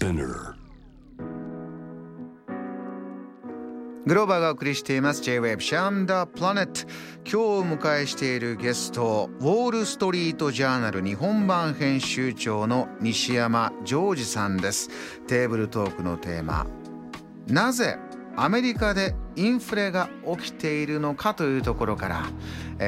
Spinner。 グローバーがお送りしています J-Wave シャンダープラネット。今日お迎えしているゲスト、ウォールストリートジャーナル日本版編集長の西山ジョージさんです。テーブルトークのテーマ、なぜアメリカでインフレが起きているのかというところから、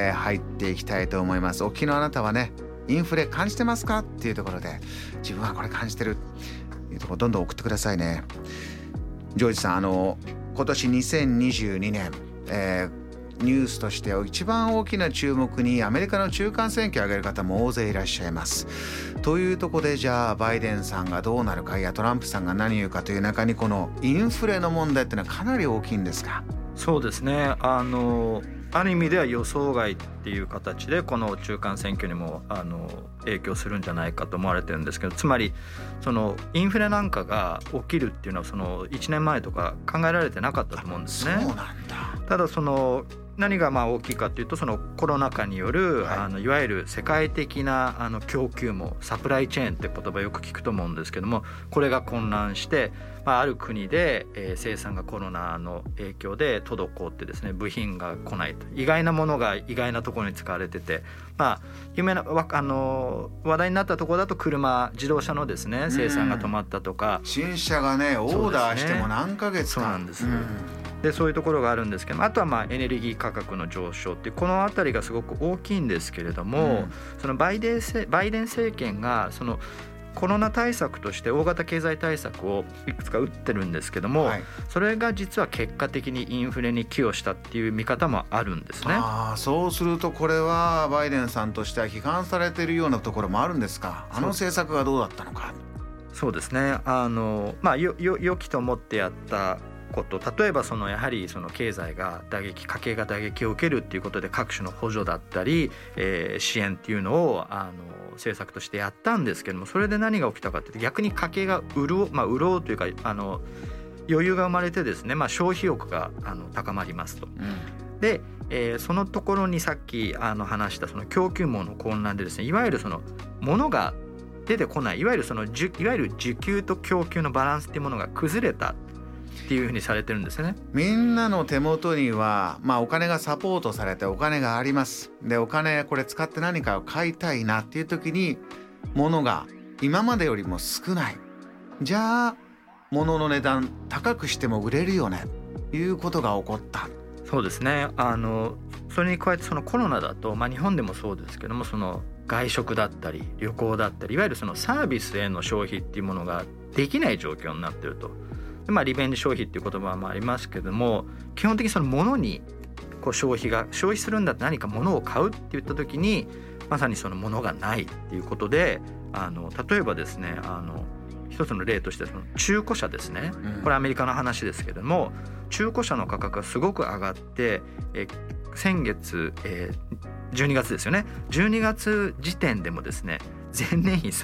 入っていきたいと思います。お聞きのあなたはね、インフレ感じてますかっていうところで、自分はこれ感じてるというところどんどん送ってくださいね。ジョージさん、今年2022年、ニュースとしては一番大きな注目にアメリカの中間選挙を挙げる方も大勢いらっしゃいます。というところで、じゃあバイデンさんがどうなるか、いやトランプさんが何言うかという中に、このインフレの問題っていうのはかなり大きいんですか？ そうですね、ある意味では予想外っていう形でこの中間選挙にも影響するんじゃないかと思われてるんですけど、つまりそのインフレなんかが起きるっていうのはその1年前とか考えられてなかったと思うんですね。 そうなんだ。 ただその何が大きいかというと、そのコロナ禍による、いわゆる世界的な供給網、サプライチェーンって言葉よく聞くと思うんですけども、これが混乱して、ある国で、生産がコロナの影響で滞ってですね、部品が来ないと、意外なものが意外なところに使われてて、有名な話題になったところだと自動車のですね生産が止まったとか、 新車がねオーダーしても何ヶ月か。 そうなんです、でそういうところがあるんですけど、あとはエネルギー価格の上昇っていうこのあたりがすごく大きいんですけれども、そのバイデン政権がそのコロナ対策として大型経済対策をいくつか打ってるんですけども、それが実は結果的にインフレに寄与したっていう見方もあるんですね。 そうするとこれはバイデンさんとしては批判されているようなところもあるんですか？政策がどうだったのか。 そうですね、良きと思ってやったこと、例えばやはりその経済が家計が打撃を受けるっていうことで各種の補助だったり、支援っていうのを政策としてやったんですけども、それで何が起きたかっていうと、逆に家計が潤うというか余裕が生まれてですね、消費欲が高まりますと、で、そのところにさっき話したその供給網の混乱でですね、いわゆるその物が出てこない、いわゆる需給と供給のバランスっていうものが崩れたっていうふうにされてるんですね。 みんなの手元には、お金がサポートされてお金があります。でお金これ使って何かを買いたいなっていう時に物が今までよりも少ない。じゃあ物の値段高くしても売れるよねということが起こった。 そうですね、それに加えてそのコロナだと、日本でもそうですけども、その外食だったり旅行だったり、いわゆるそのサービスへの消費っていうものができない状況になっていると。で、リベンジ消費っていう言葉もありますけども、基本的にその物に消費するんだって何か物を買うって言った時にまさにその物がないっていうことで、例えばですね、一つの例としてその中古車ですね、これアメリカの話ですけども、中古車の価格がすごく上がって、先月、12月ですよね、12月時点でもですね、前年比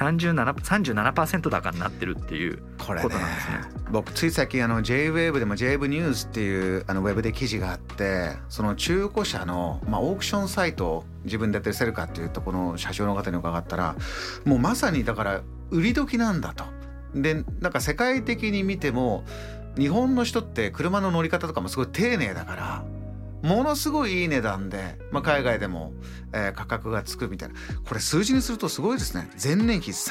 37% 高になってるっていうことなんですね。 僕つい最近J-Wave でも J-Wave ニュースっていうウェブで記事があって、その中古車の、オークションサイトを自分でやってるセルカっていうとこの社長の方に伺ったら、もうまさにだから売り時なんだと。でなんか世界的に見ても日本の人って車の乗り方とかもすごい丁寧だから、ものすごいいい値段で、海外でも、価格がつくみたいな。これ数字にするとすごいですね。前年比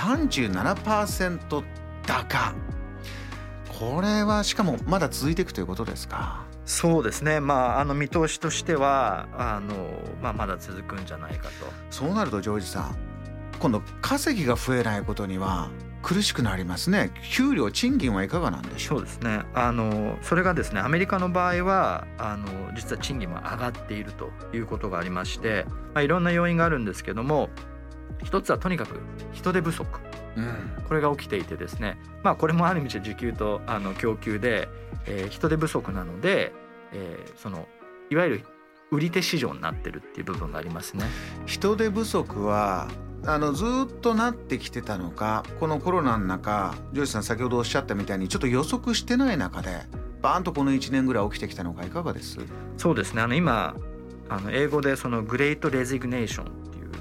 37% 高。これはしかもまだ続いていくということですか？ そうですね、見通しとしてはまだ続くんじゃないかと。 そうなるとジョージさん、今度稼ぎが増えないことには苦しくなりますね。給料賃金はいかがなんでしょう？ そうですね、それがですね、アメリカの場合は実は賃金も上がっているということがありまして、いろんな要因があるんですけども、一つはとにかく人手不足、これが起きていてですね、これもある意味で需給と供給で、人手不足なので、そのいわゆる売り手市場になってるっていう部分がありますね。 人手不足はずっとなってきてたのか、このコロナの中、ジョージさん先ほどおっしゃったみたいにちょっと予測してない中でバーンとこの1年ぐらい起きてきたのか、いかがです？ そうですね、今英語でそのグレートレジグネーションっていう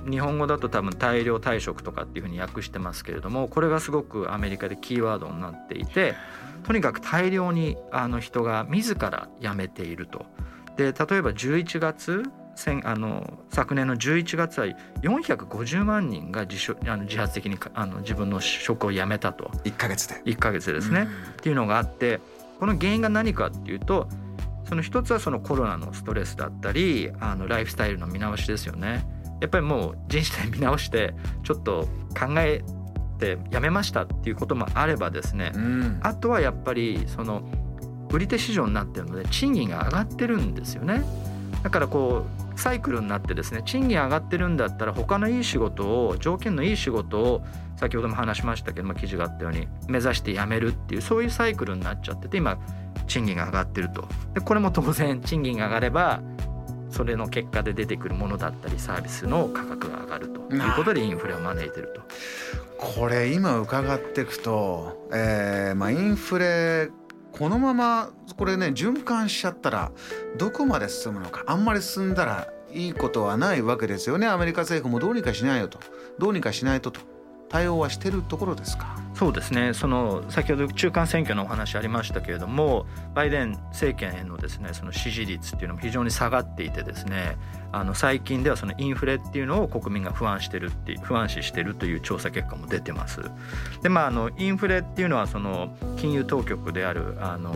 日本語だと多分大量退職とかっていうふうに訳してますけれども、これがすごくアメリカでキーワードになっていて、とにかく大量に人が自ら辞めていると。で例えば11月昨年の11月は450万人が自発的に自分の職を辞めたと。 1ヶ月でですね、っていうのがあって、この原因が何かっていうと、その一つはそのコロナのストレスだったりライフスタイルの見直しですよね。やっぱりもう人生見直してちょっと考えて辞めましたっていうこともあればですね、あとはやっぱりその売り手市場になっているので賃金が上がってるんですよね。だからこうサイクルになってですね、賃金上がってるんだったら他のいい仕事を、条件のいい仕事を先ほども話しましたけども、記事があったように目指して辞めるっていう、そういうサイクルになっちゃってて、今賃金が上がってると。でこれも当然賃金が上がればそれの結果で出てくるものだったりサービスの価格が上がるということでインフレを招いていると。 これ今伺っていくと、インフレこのままこれね循環しちゃったらどこまで進むのか、あんまり進んだらいいことはないわけですよね。アメリカ政府もどうにかしないと対応はしてるところですか。 そうですね、その先ほど中間選挙のお話ありましたけれども、バイデン政権へのですねその支持率っていうのも非常に下がっていてですね、最近ではそのインフレっていうのを国民が不安視してるという調査結果も出てます。でインフレっていうのはその金融当局である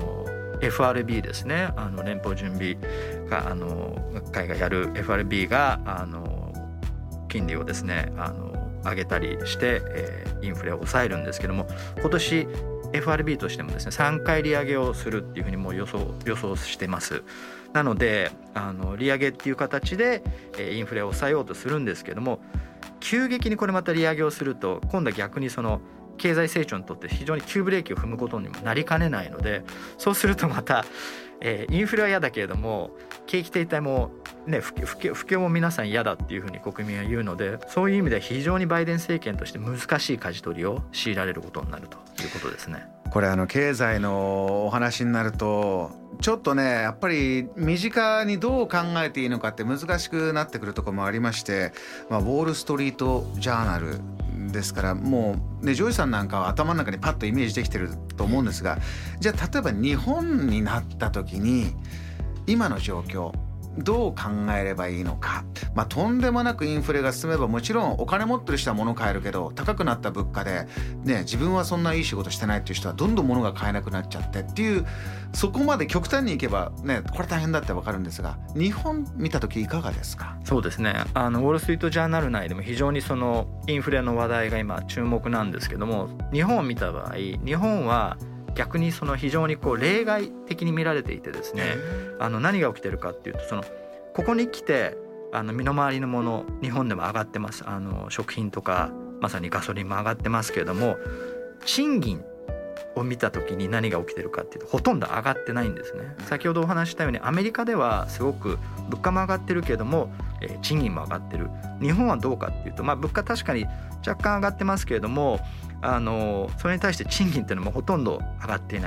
FRB ですね、連邦準備学会がやる FRB が金利をですね上げたりして、インフレを抑えるんですけども、今年 FRB としてもですね3回利上げをするっていうふうにもう予想してます。なので利上げっていう形でインフレを抑えようとするんですけども、急激にこれまた利上げをすると今度は逆にその経済成長にとって非常に急ブレーキを踏むことにもなりかねないので、そうするとまた、インフレは嫌だけれども景気停滞もね、不況も皆さん嫌だっていうふうに国民は言うので、そういう意味では非常にバイデン政権として難しい舵取りを強いられることになるということですね。 これ経済のお話になるとちょっとねやっぱり身近にどう考えていいのかって難しくなってくるところもありまして、ウォールストリートジャーナルですからもうねジョイさんなんかは頭の中にパッとイメージできてると思うんですが、じゃあ例えば日本になった時に今の状況どう考えればいいのか。とんでもなくインフレが進めばもちろんお金持ってる人は物買えるけど、高くなった物価で、自分はそんないい仕事してないっていう人はどんどん物が買えなくなっちゃってっていう、そこまで極端にいけばこれ大変だってわかるんですが、日本見た時いかがですか。 そうですね、ウォールストリートジャーナル内でも非常にそのインフレの話題が今注目なんですけども、日本を見た場合、日本は逆にその非常に例外的に見られていてですね、何が起きてるかっていうと、ここに来て身の回りのもの日本でも上がってます。食品とかまさにガソリンも上がってますけれども、賃金を見た時に何が起きてるかっていうとほとんど上がってないんですね。先ほどお話したようにアメリカではすごく物価も上がってるけれども、賃金も上がってる。日本はどうかっていうと、物価確かに若干上がってますけれども、それに対して賃金っていうのもほとんど上がっていない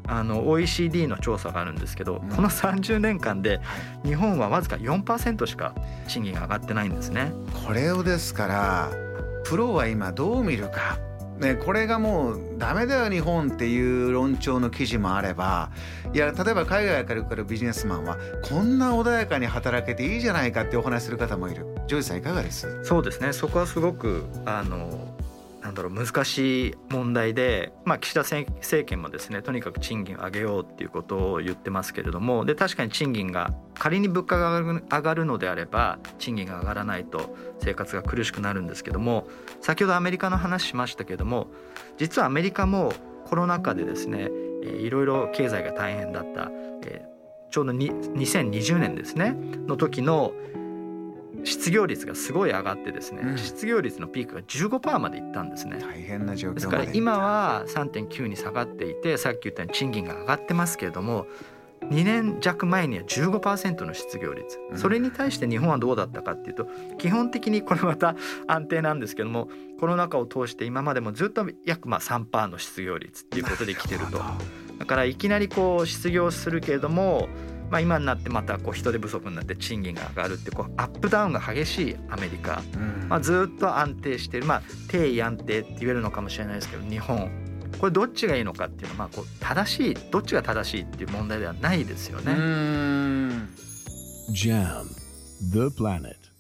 。OECD の調査があるんですけど、この30年間で日本はわずか 4% しか賃金が上がってないんですね。 これをですからプロは今どう見るか、これがもうダメだよ日本っていう論調の記事もあれば、いや例えば海外から来るビジネスマンはこんな穏やかに働けていいじゃないかってお話する方もいる。ジョイさんいかがです？ そうですね、そこはすごく難しい問題で、岸田政権もですねとにかく賃金を上げようっていうことを言ってますけれども、で確かに賃金が仮に物価が上がるのであれば賃金が上がらないと生活が苦しくなるんですけども、先ほどアメリカの話しましたけども、実はアメリカもコロナ禍でですねいろいろ経済が大変だった、ちょうど2020年ですねの時の失業率がすごい上がってですね、失業率のピークが 15% までいったんですね。 大変な状況ですから今は 3.9 に下がっていて、さっき言ったように賃金が上がってますけれども、2年弱前には 15% の失業率、それに対して日本はどうだったかっていうと、基本的にこれまた安定なんですけども、コロナ禍を通して今までもずっと約3% の失業率っていうことで来てると。だからいきなり失業するけれども今になってまたこう人手不足になって賃金が上がるってこうアップダウンが激しいアメリカ、ずっと安定している、低位安定って言えるのかもしれないですけど、日本これどっちがいいのかっていうのはこう正しい、どっちが正しいっていう問題ではないですよね。 Jam, the planet.